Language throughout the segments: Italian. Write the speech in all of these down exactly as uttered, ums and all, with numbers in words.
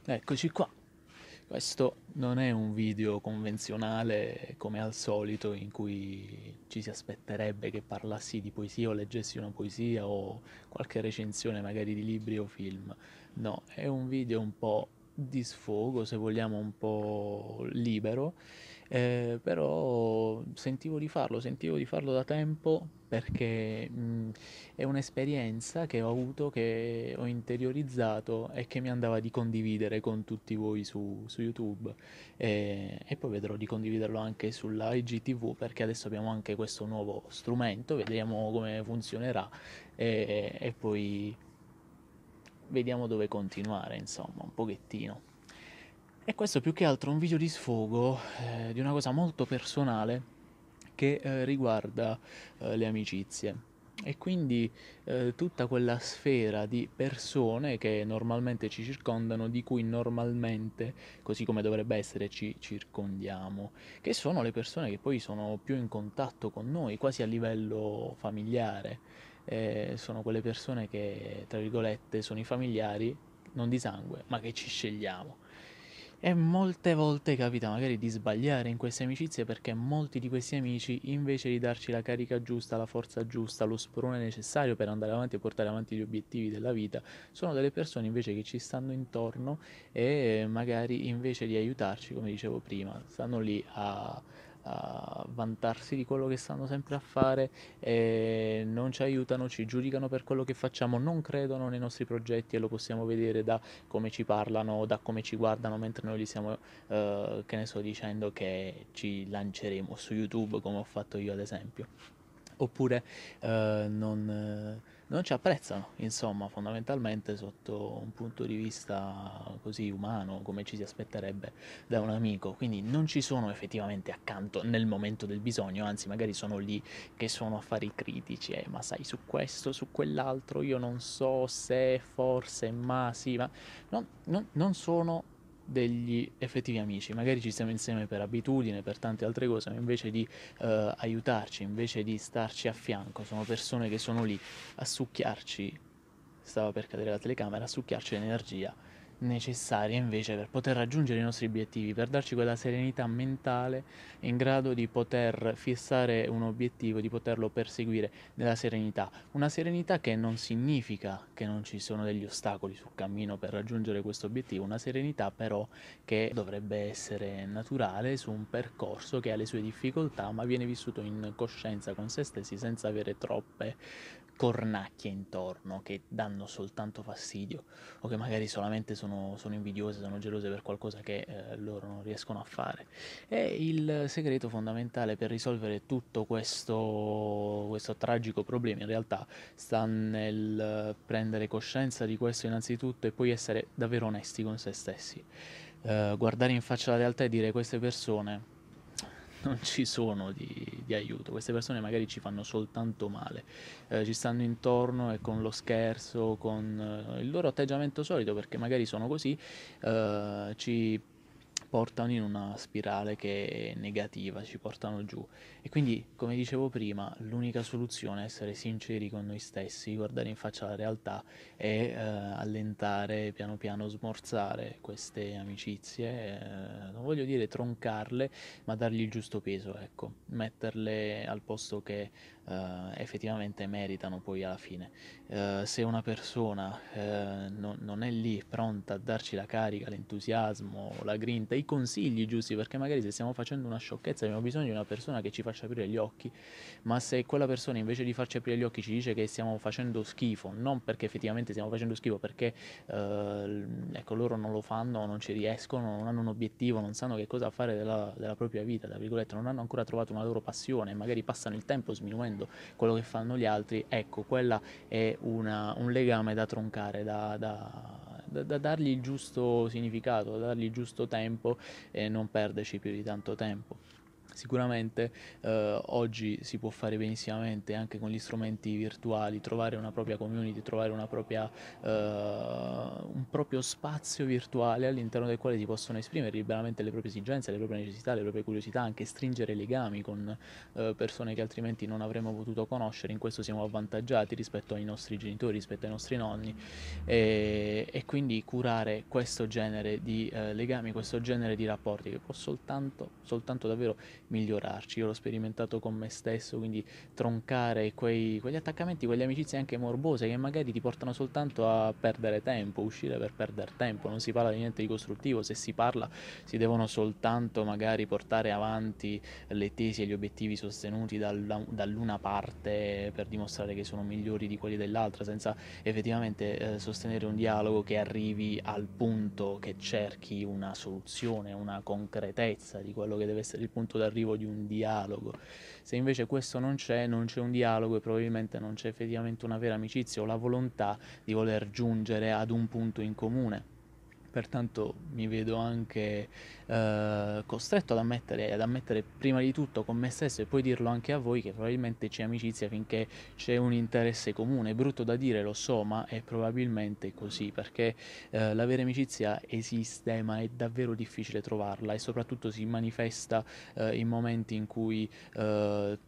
Eccoci qua. Questo non è un video convenzionale come al solito in cui ci si aspetterebbe che parlassi di poesia o leggessi una poesia o qualche recensione magari di libri o film. No, è un video un po' di sfogo, se vogliamo un po' libero, eh, però sentivo di farlo, sentivo di farlo da tempo perché mh, è un'esperienza che ho avuto, che ho interiorizzato e che mi andava di condividere con tutti voi su, su YouTube e, e poi vedrò di condividerlo anche sulla I G T V perché adesso abbiamo anche questo nuovo strumento, vedremo come funzionerà e, e poi vediamo dove continuare, insomma, un pochettino. E questo più che altro è un video di sfogo eh, di una cosa molto personale che eh, riguarda eh, le amicizie. E quindi eh, tutta quella sfera di persone che normalmente ci circondano, di cui normalmente, così come dovrebbe essere, ci circondiamo, che sono le persone che poi sono più in contatto con noi, quasi a livello familiare. Eh, sono quelle persone che, tra virgolette, sono i familiari, non di sangue, ma che ci scegliamo. E molte volte capita magari di sbagliare in queste amicizie perché molti di questi amici, invece di darci la carica giusta, la forza giusta, lo sprone necessario per andare avanti e portare avanti gli obiettivi della vita, sono delle persone invece che ci stanno intorno e magari invece di aiutarci, come dicevo prima, stanno lì a, a vantarsi di quello che stanno sempre a fare e non ci aiutano, ci giudicano per quello che facciamo, non credono nei nostri progetti e lo possiamo vedere da come ci parlano, da come ci guardano mentre noi gli stiamo, eh, che ne so, dicendo che ci lanceremo su YouTube come ho fatto io ad esempio. Oppure eh, non, eh, non ci apprezzano, insomma, fondamentalmente sotto un punto di vista così umano, come ci si aspetterebbe da un amico. Quindi non ci sono effettivamente accanto nel momento del bisogno, anzi magari sono lì che sono affari critici, eh, ma sai su questo, su quell'altro, io non so se, forse, ma sì, ma non, non- non sono degli effettivi amici, magari ci stiamo insieme per abitudine, per tante altre cose, ma invece di eh, aiutarci, invece di starci a fianco, sono persone che sono lì a succhiarci, stava per cadere la telecamera, a succhiarci l'energia necessaria invece per poter raggiungere i nostri obiettivi, per darci quella serenità mentale in grado di poter fissare un obiettivo, di poterlo perseguire nella serenità. Una serenità che non significa che non ci sono degli ostacoli sul cammino per raggiungere questo obiettivo, una serenità però che dovrebbe essere naturale su un percorso che ha le sue difficoltà, ma viene vissuto in coscienza con se stessi senza avere troppe cornacchie intorno che danno soltanto fastidio o che magari solamente sono, sono invidiose, sono gelose per qualcosa che eh, loro non riescono a fare. E il segreto fondamentale per risolvere tutto questo, questo tragico problema in realtà sta nel prendere coscienza di questo innanzitutto e poi essere davvero onesti con se stessi. Eh, guardare in faccia la realtà e dire queste persone non ci sono di, di aiuto, queste persone magari ci fanno soltanto male, eh, ci stanno intorno e con lo scherzo, con eh, il loro atteggiamento solito, perché magari sono così, eh, ci portano in una spirale che è negativa, ci portano giù. E quindi, come dicevo prima, l'unica soluzione è essere sinceri con noi stessi, guardare in faccia la realtà e eh, allentare, piano piano smorzare queste amicizie, eh, non voglio dire troncarle, ma dargli il giusto peso, ecco, metterle al posto che eh, effettivamente meritano poi alla fine. Eh, se una persona eh, non, non è lì pronta a darci la carica, l'entusiasmo, la grinta, i consigli giusti, perché magari se stiamo facendo una sciocchezza abbiamo bisogno di una persona che ci faccia aprire gli occhi, ma se quella persona invece di farci aprire gli occhi ci dice che stiamo facendo schifo, non perché effettivamente stiamo facendo schifo, perché eh, ecco, loro non lo fanno, non ci riescono, non hanno un obiettivo, non sanno che cosa fare della, della propria vita, tra virgolette, non hanno ancora trovato una loro passione, magari passano il tempo sminuendo quello che fanno gli altri, ecco, quella è una, un legame da troncare, da, da, da, da dargli il giusto significato, da dargli il giusto tempo e non perderci più di tanto tempo. Sicuramente eh, oggi si può fare benissimamente anche con gli strumenti virtuali, trovare una propria community, trovare una propria, eh, un proprio spazio virtuale all'interno del quale si possono esprimere liberamente le proprie esigenze, le proprie necessità, le proprie curiosità, anche stringere legami con eh, persone che altrimenti non avremmo potuto conoscere. In questo siamo avvantaggiati rispetto ai nostri genitori, rispetto ai nostri nonni, e, e quindi curare questo genere di eh, legami, questo genere di rapporti che può soltanto, soltanto davvero migliorarci. Io l'ho sperimentato con me stesso, quindi troncare quei, quegli attaccamenti, quelle amicizie anche morbose che magari ti portano soltanto a perdere tempo, uscire per perdere tempo, non si parla di niente di costruttivo, se si parla si devono soltanto magari portare avanti le tesi e gli obiettivi sostenuti dalla, dall'una parte per dimostrare che sono migliori di quelli dell'altra, senza effettivamente eh, sostenere un dialogo che arrivi al punto, che cerchi una soluzione, una concretezza di quello che deve essere il punto d'arrivo di un dialogo. Se invece questo non c'è, non c'è un dialogo e probabilmente non c'è effettivamente una vera amicizia o la volontà di voler giungere ad un punto in comune. Pertanto mi vedo anche eh, costretto ad ammettere, ad ammettere prima di tutto con me stesso e poi dirlo anche a voi che probabilmente c'è amicizia finché c'è un interesse comune. È brutto da dire, lo so, ma è probabilmente così, perché eh, la vera amicizia esiste, ma è davvero difficile trovarla e soprattutto si manifesta eh, in momenti in cui eh,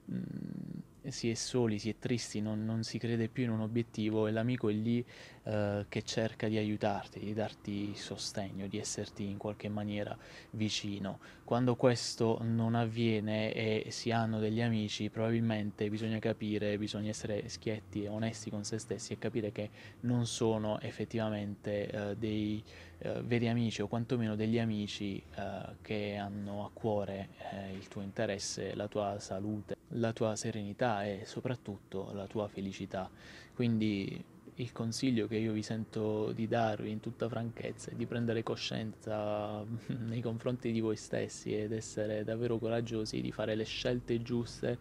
si è soli, si è tristi, non, non si crede più in un obiettivo e l'amico è lì eh, che cerca di aiutarti, di darti sostegno, di esserti in qualche maniera vicino. Quando questo non avviene e si hanno degli amici, probabilmente bisogna capire, bisogna essere schietti e onesti con se stessi e capire che non sono effettivamente eh, dei eh, veri amici o quantomeno degli amici eh, che hanno a cuore eh, il tuo interesse, la tua salute, la tua serenità e soprattutto la tua felicità. Quindi il consiglio che io vi sento di darvi in tutta franchezza è di prendere coscienza nei confronti di voi stessi ed essere davvero coraggiosi, di fare le scelte giuste,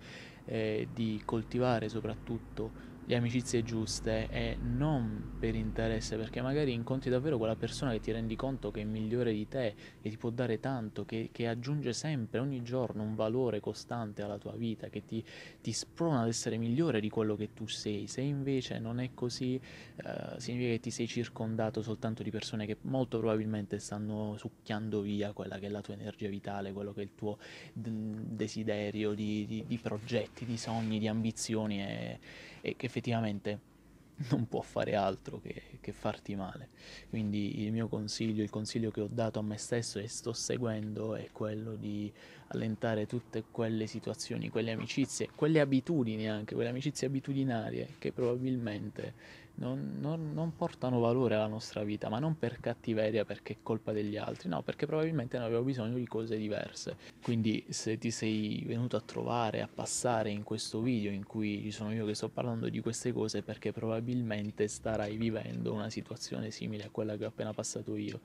e di coltivare soprattutto le amicizie giuste e non per interesse, perché magari incontri davvero quella persona che ti rendi conto che è migliore di te, che ti può dare tanto, che, che aggiunge sempre, ogni giorno, un valore costante alla tua vita, che ti, ti sprona ad essere migliore di quello che tu sei. Se invece non è così, eh, significa che ti sei circondato soltanto di persone che molto probabilmente stanno succhiando via quella che è la tua energia vitale, quello che è il tuo desiderio di, di, di progetti, di sogni, di ambizioni e, e che effettivamente non può fare altro che, che farti male. Quindi il mio consiglio, il consiglio che ho dato a me stesso e sto seguendo è quello di allentare tutte quelle situazioni, quelle amicizie, quelle abitudini anche, quelle amicizie abitudinarie che probabilmente non, non, non portano valore alla nostra vita, ma non per cattiveria, perché è colpa degli altri, no, perché probabilmente noi abbiamo bisogno di cose diverse. Quindi se ti sei venuto a trovare, a passare in questo video in cui ci sono io che sto parlando di queste cose, perché probabilmente starai vivendo una situazione simile a quella che ho appena passato io.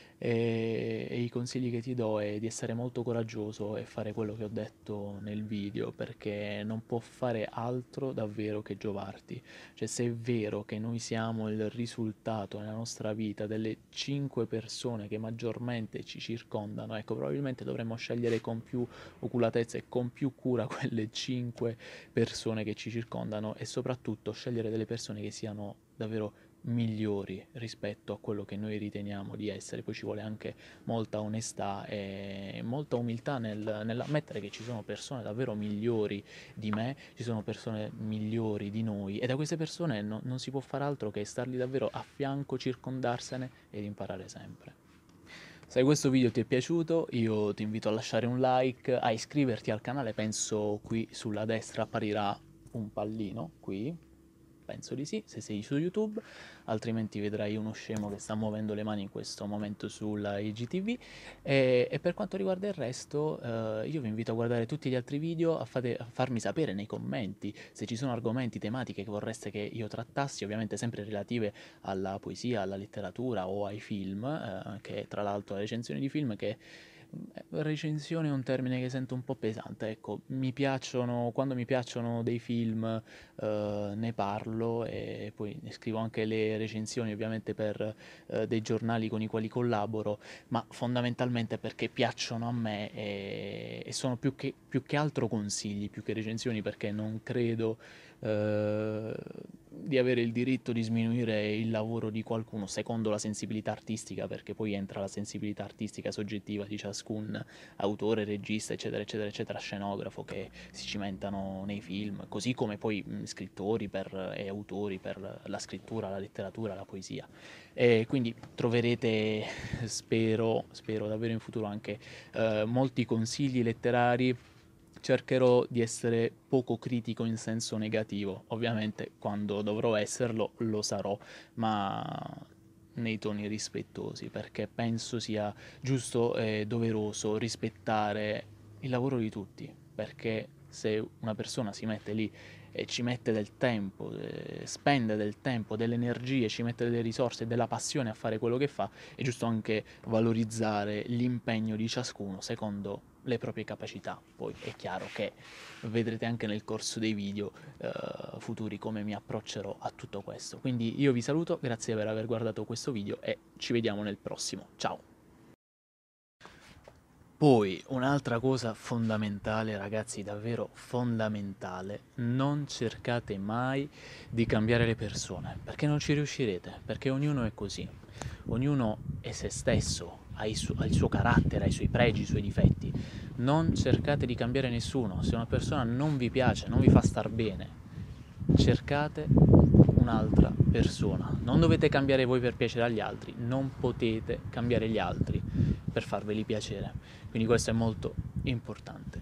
E, e i consigli che ti do è di essere molto coraggioso e fare quello che ho detto nel video, perché non può fare altro davvero che giovarti. Cioè, se è vero che noi siamo il risultato nella nostra vita delle cinque persone che maggiormente ci circondano, ecco, probabilmente dovremmo scegliere con più oculatezza e con più cura quelle cinque persone che ci circondano e soprattutto scegliere delle persone che siano davvero migliori rispetto a quello che noi riteniamo di essere. Poi ci vuole anche molta onestà e molta umiltà nel, nell'ammettere che ci sono persone davvero migliori di me, ci sono persone migliori di noi e da queste persone no, non si può fare altro che stargli davvero a fianco, circondarsene ed imparare sempre. Se questo video ti è piaciuto, io ti invito a lasciare un like, a iscriverti al canale, penso qui sulla destra apparirà un pallino, qui, penso di sì, se sei su YouTube, altrimenti vedrai uno scemo che sta muovendo le mani in questo momento sulla I G T V. E, e per quanto riguarda il resto, eh, io vi invito a guardare tutti gli altri video, a, fate, a farmi sapere nei commenti se ci sono argomenti, tematiche che vorreste che io trattassi, ovviamente sempre relative alla poesia, alla letteratura o ai film, eh, che tra l'altro le recensioni di film che Recensione è un termine che sento un po' pesante, ecco, mi piacciono, quando mi piacciono dei film eh, ne parlo e poi ne scrivo anche le recensioni ovviamente per eh, dei giornali con i quali collaboro, ma fondamentalmente perché piacciono a me e, e sono più che, più che altro consigli, più che recensioni, perché non credo eh, di avere il diritto di sminuire il lavoro di qualcuno secondo la sensibilità artistica, perché poi entra la sensibilità artistica soggettiva di ciascun autore, regista, eccetera, eccetera, eccetera, scenografo che si cimentano nei film, così come poi mh, scrittori per, e autori per la scrittura, la letteratura, la poesia. E quindi troverete, spero, spero davvero in futuro anche eh, molti consigli letterari. Cercherò di essere poco critico in senso negativo, ovviamente quando dovrò esserlo lo sarò, ma nei toni rispettosi, perché penso sia giusto e doveroso rispettare il lavoro di tutti, perché se una persona si mette lì e ci mette del tempo, eh, spende del tempo, delle energie, ci mette delle risorse e della passione a fare quello che fa, è giusto anche valorizzare l'impegno di ciascuno secondo le proprie capacità. Poi è chiaro che vedrete anche nel corso dei video eh, futuri come mi approccerò a tutto questo. Quindi io vi saluto, grazie per aver guardato questo video e ci vediamo nel prossimo. Ciao! Poi un'altra cosa fondamentale, ragazzi, davvero fondamentale, non cercate mai di cambiare le persone, perché non ci riuscirete, perché ognuno è così, ognuno è se stesso, ha, i su- ha il suo carattere, ha i suoi pregi, i suoi difetti. Non cercate di cambiare nessuno, se una persona non vi piace, non vi fa star bene, cercate un'altra persona. Non dovete cambiare voi per piacere agli altri, non potete cambiare gli altri per farveli piacere. Quindi questo è molto importante.